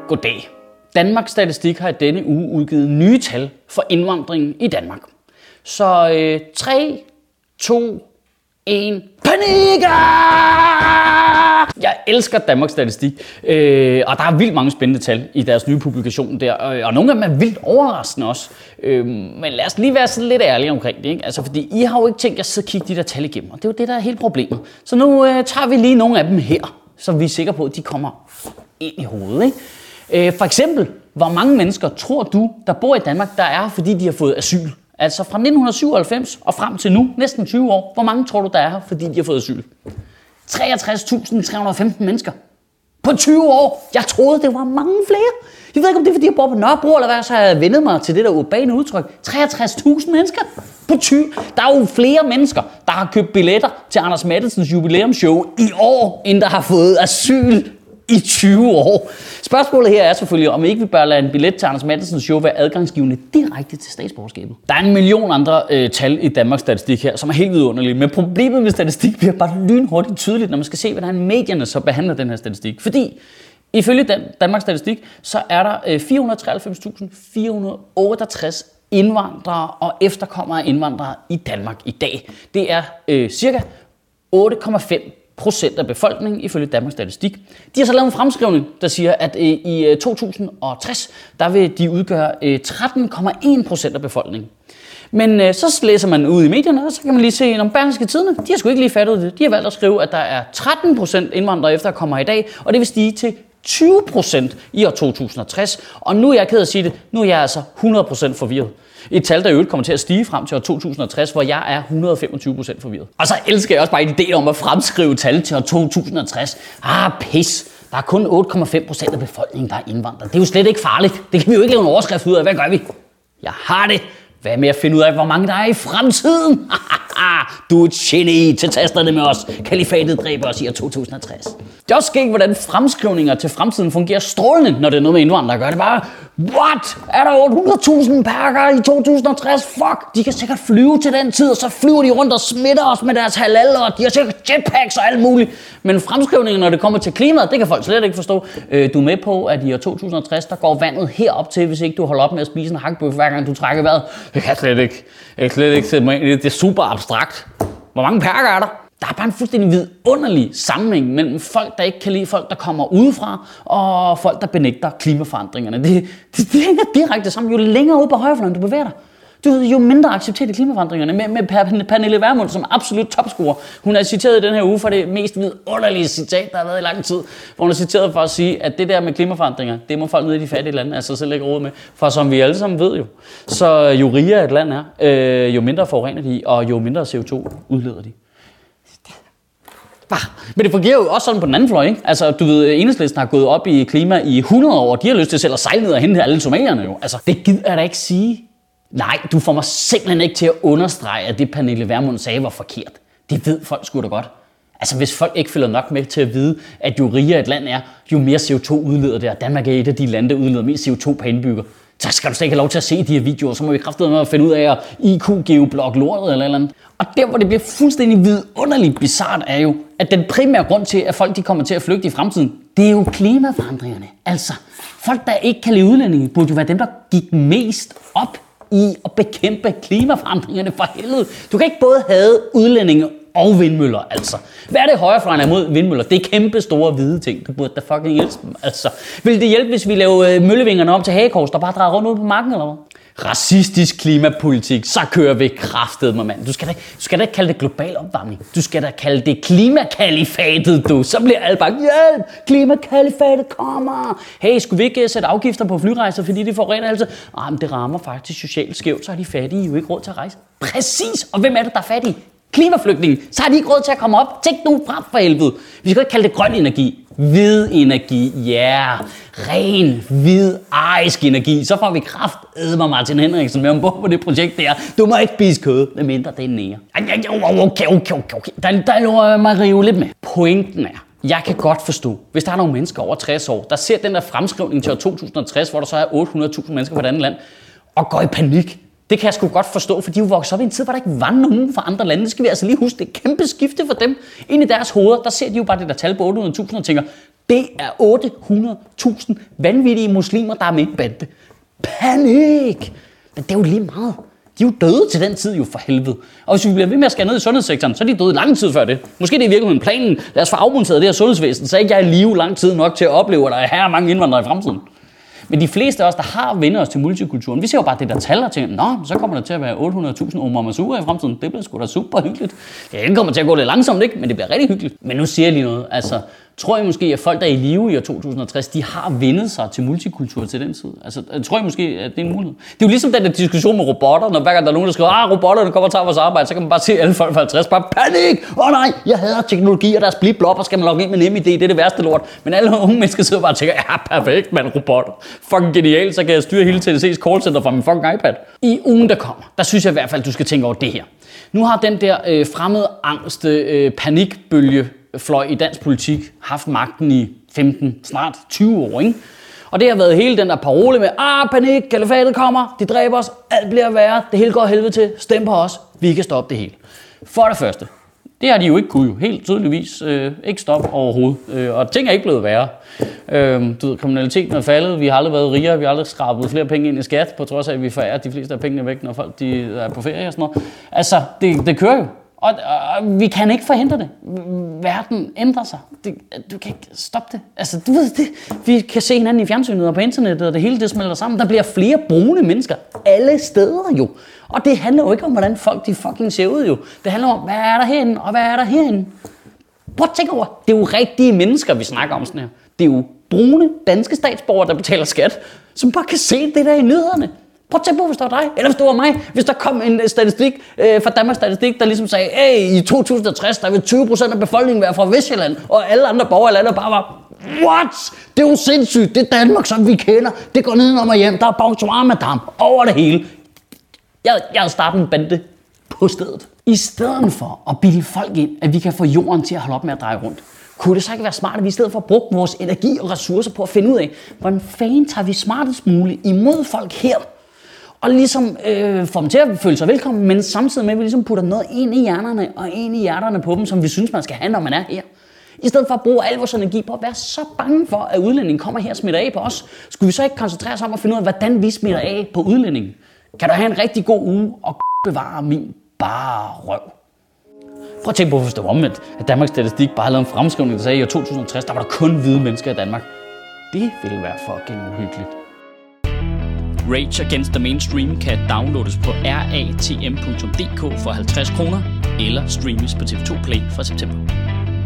Goddag. Danmarks Statistik har i denne uge udgivet nye tal for indvandringen i Danmark. Så 3, 2, 1... Panik! Jeg elsker Danmarks Statistik, og der er vildt mange spændende tal i deres nye publikation der, og nogle af dem er vildt overraskende også. Men lad os lige være sådan lidt ærlige omkring det, ikke? Altså, fordi I har jo ikke tænkt jer at sidde og kigge de der tal igennem, og det er jo det, der er hele problemet. Så nu tager vi lige nogle af dem her, så vi er sikre på, at de kommer ind i hovedet, ikke? For eksempel, hvor mange mennesker tror du, der bor i Danmark, der er, fordi de har fået asyl? Altså fra 1997 og frem til nu, næsten 20 år, hvor mange tror du, der er her, fordi de har fået asyl? 63.315 mennesker. På 20 år. Jeg troede, det var mange flere. Jeg ved ikke, om det er, fordi jeg bor på Nørrebro, eller hvad, så har jeg vendet mig til det der urbane udtryk. 63.000 mennesker på 20. Der er jo flere mennesker, der har købt billetter til Anders Mattelsens jubilæumsshow i år, end der har fået asyl i 20 år. Spørgsmålet her er selvfølgelig, om ikke vi bør lade en billet til Anders Mattelsens show være adgangsgivende direkte til statsborgerskabet. Der er en million andre tal i Danmarks Statistik her, som er helt vidunderlige. Men problemet med statistik bliver bare lynhurtigt tydeligt, når man skal se, hvordan medierne så behandler den her statistik. Fordi ifølge Danmarks Statistik, så er der 493.468 indvandrere og efterkommere af indvandrere i Danmark i dag. Det er cirka 8,5% af befolkningen ifølge Danmarks Statistik. De har så lavet en fremskrivning, der siger, at i 2060, der vil de udgøre 13,1% af befolkningen. Men så læser man ud i medierne, og så kan man lige se, at Berlingske Tidende, de har sgu ikke lige fattet det. De har valgt at skrive, at der er 13% indvandrere efterkommere i dag, og det vil stige til 20% i år 2060. Og nu er jeg ked af at sige det, nu er jeg altså 100% forvirret. Et tal, der i øvrigt kommer til at stige frem til år 2060, hvor jeg er 125% forvirret. Og så elsker jeg også bare idéen om at fremskrive tal til år 2060. Pis. Der er kun 8,5% af befolkningen, der er indvandrere. Det er jo slet ikke farligt. Det kan vi jo ikke lave en overskrift ud af. Hvad gør vi? Jeg har det. Hvad med at finde ud af, hvor mange der er i fremtiden? Du er et geni til tasterne med os. Kalifatet dræber os i år 2060. Det er også skægt, hvordan fremskrivninger til fremtiden fungerer strålende, når det er noget med indvandrere at gøre. Det er bare, what? Er der 800.000 perker i 2060? Fuck, de kan sikkert flyve til den tid, og så flyver de rundt og smitter os med deres halal, og de har sikkert jetpacks og alt muligt. Men fremskrivninger, når det kommer til klimaet, det kan folk slet ikke forstå. Du er med på, at i år 2060, der går vandet herop til, hvis ikke du holder op med at spise en hakbøf, hver gang du trækker vejret. Det kan jeg slet ikke sætte mig ind i. Det er super abstrakt. Hvor mange perker er der? Der er bare en fuldstændig vidunderlig sammenhæng mellem folk, der ikke kan lide folk, der kommer udefra, og folk, der benægter klimaforandringerne. Det hænger direkte sammen. Jo længere ude på højrefløjen du bevæger dig, jo mindre accepterer de klimaforandringerne. Med Pernille Vermund som absolut topscorer. Hun er citeret i den her uge for det mest vidunderlige citat, der har været i lang tid. Hvor hun er citeret for at sige, at det der med klimaforandringer, det må folk nede i de fattige lande altså selv ikke råde med. For som vi alle sammen ved jo, så jo rigere et land er, jo mindre forurener de, og jo mindre CO2 udleder de. Men det fungerer jo også sådan på den anden fløj, ikke? Altså, du ved, Enhedslisten har gået op i klima i 100 år, og de har lyst til selv at sejle ned og hente alle somalierne jo. Altså, det gider jeg da ikke sige. Nej, du får mig simpelthen ikke til at understrege, at det Pernille Vermund sagde var forkert. Det ved folk sgu da godt. Altså, hvis folk ikke følger nok med til at vide, at jo rigere et land er, jo mere CO2 udleder det, og Danmark er et af de lande, der udleder mest CO2 per indbygger. Så skal du slet ikke have lov til at se de her videoer, så må vi kraftedeme at finde ud af at IQ-geoblok lortet eller andet. Og der, hvor det bliver fuldstændig vidunderligt bizart, er jo, at den primære grund til, at folk de kommer til at flygte i fremtiden, det er jo klimaforandringerne. Altså, folk, der ikke kan lide udlændinge, burde jo være dem, der gik mest op i at bekæmpe klimaforandringerne for helvede. Du kan ikke både have udlændinge og vindmøller, altså. Hvad er det højrefløjen er mod vindmøller? Det er kæmpe store hvide ting. Du burde da fucking elske dem, altså. Vil det hjælpe, hvis vi laver møllevingerne om til hagekors, der bare drejer rundt ud på marken, eller hvad? Racistisk klimapolitik, så kører vi kraftedeme, mand. Du skal da ikke kalde det global opvarmning. Du skal da kalde det klimakalifatet, du. Så bliver alle bare, hjælp, klimakalifatet kommer. Hey, skulle vi ikke sætte afgifter på flyrejser, fordi det forurener altså? Men det rammer faktisk socialt skævt, så har de fattige jo ikke råd til at rejse. Præcis, og hvem er det, der er fattige? Klimaflygtninge, så har de ikke råd til at komme op. Tænk nu frem for helvede. Vi skal ikke kalde det grøn energi. Hvid energi, ren, hvid, arisk energi. Så får vi kraftedme Martin Henriksen med ombord på det projekt der. Du må ikke spise kød, medmindre det er nære. Okay. Der lover mig rive lidt med. Pointen er, jeg kan godt forstå, hvis der er nogle mennesker over 60 år, der ser den der fremskrivning til år 2060, hvor der så er 800.000 mennesker på et andet land, og går i panik. Det kan jeg sgu godt forstå, for de er jo vokset op i en tid, hvor der ikke var nogen fra andre lande. Det skal vi altså lige huske. Det er et kæmpe skifte for dem. Ind i deres hoveder, der ser de jo bare det der tal på 800.000 og tænker, det er 800.000 vanvittige muslimer, der er med i en bande. Panik! Men det er jo lige meget. De er jo døde til den tid jo, for helvede. Og hvis vi bliver ved med at skære ned i sundhedssektoren, så er de døde lang tid før det. Måske det er i virkeligheden planen. Lad os få afmonteret det her sundhedsvæsen, så ikke jeg er i live lang tid nok til at opleve, at der er her mange indvandrere i fremtiden. Men de fleste af os, der har vendt os til multikulturen, vi ser jo bare det der tal og tænker, nå, så kommer der til at være 800.000 Omar Masura i fremtiden. Det bliver sgu da super hyggeligt. Det kommer til at gå lidt langsomt, ikke? Men det bliver rigtig hyggeligt. Men nu siger jeg lige noget. Altså, tror jeg måske, at folk, der er i live i år 2060, de har vendet sig til multikultur til den tid? Altså, tror jeg måske, at det er en mulighed? Det er jo ligesom den der diskussion med robotter, når hver gang der er nogen, der skriver, robotterne kommer og tager vores arbejde, så kan man bare se alle folk fra 50, bare panik! Nej, jeg hader teknologi, og der er blip-blop, og skal man logge ind med NemID, det er det værste lort. Men alle unge mennesker sidder bare og tænker, ja, perfekt, man, robotter. Fucking genialt, så kan jeg styre hele TDC's callcenter fra min fucking iPad. I ugen, der kommer, der synes jeg i hvert fald, du skal tænke over det her. Nu har den der fremmede angste panikbølge fløj i dansk politik haft magten i 15, snart 20 år, ikke? Og det har været hele den der parole med, panik, kalifatet kommer, de dræber os, alt bliver værre, det hele går helvede til, stem på os, vi kan stoppe det hele. For det første, det har de jo ikke kunnet, helt tydeligvis ikke stoppe overhovedet, og ting er ikke blevet værre. Du ved, kriminaliteten er faldet, vi har aldrig været rigere, vi har aldrig skrabet flere penge ind i skat, på trods af, at vi forærer de fleste af pengene væk, når folk de er på ferie og sådan noget. Altså, det kører jo. Og vi kan ikke forhindre det. Verden ændrer sig. Du kan ikke stoppe det. Altså, du ved det. Vi kan se hinanden i fjernsynet og på internettet, og det hele det smelter sammen. Der bliver flere brune mennesker alle steder jo. Og det handler jo ikke om, hvordan folk de fucking ser ud jo. Det handler om, hvad er der herinde, og hvad er der herinde. Prøv at tænke over. Det er jo rigtige mennesker, vi snakker om sådan her. Det er jo brune danske statsborgere, der betaler skat, som bare kan se det der i nyhederne. Prøv at tænke på, hvis det var dig, eller hvis det var mig. Hvis der kom en statistik fra Danmarks Statistik, der ligesom sagde, i 2060, der vil 20% af befolkningen være fra Vestjylland, og alle andre borgere i landet bare var, what? Det er jo sindssygt, det er Danmark, som vi kender. Det går nedenom og hjem, der er bonsoir madame over det hele. Jeg havde startet en bande på stedet. I stedet for at bilde folk ind, at vi kan få jorden til at holde op med at dreje rundt, kunne det så ikke være smart, at vi i stedet for at bruge vores energi og ressourcer på at finde ud af, hvordan fanden tager vi smartest muligt imod folk her, og ligesom få dem til at føle sig velkommen, men samtidig med, at vi ligesom putter noget ind i hjernerne og ind i hjerterne på dem, som vi synes, man skal have, når man er her. I stedet for at bruge al vores energi på at være så bange for, at udlændingen kommer her og smitter af på os, skulle vi så ikke koncentrere os om at finde ud af, hvordan vi smitter af på udlændingen? Kan du have en rigtig god uge og bevare min bare røv? Prøv at tænke på, hvis det var omvendt, at Danmarks Statistik bare lavede en fremskrivning, der sagde, at i 2060, der var der kun hvide mennesker i Danmark. Det ville være fucking uhyggeligt. Rage Against the Mainstream kan downloades på ratm.dk for 50 kroner, eller streames på TV2 Play fra september.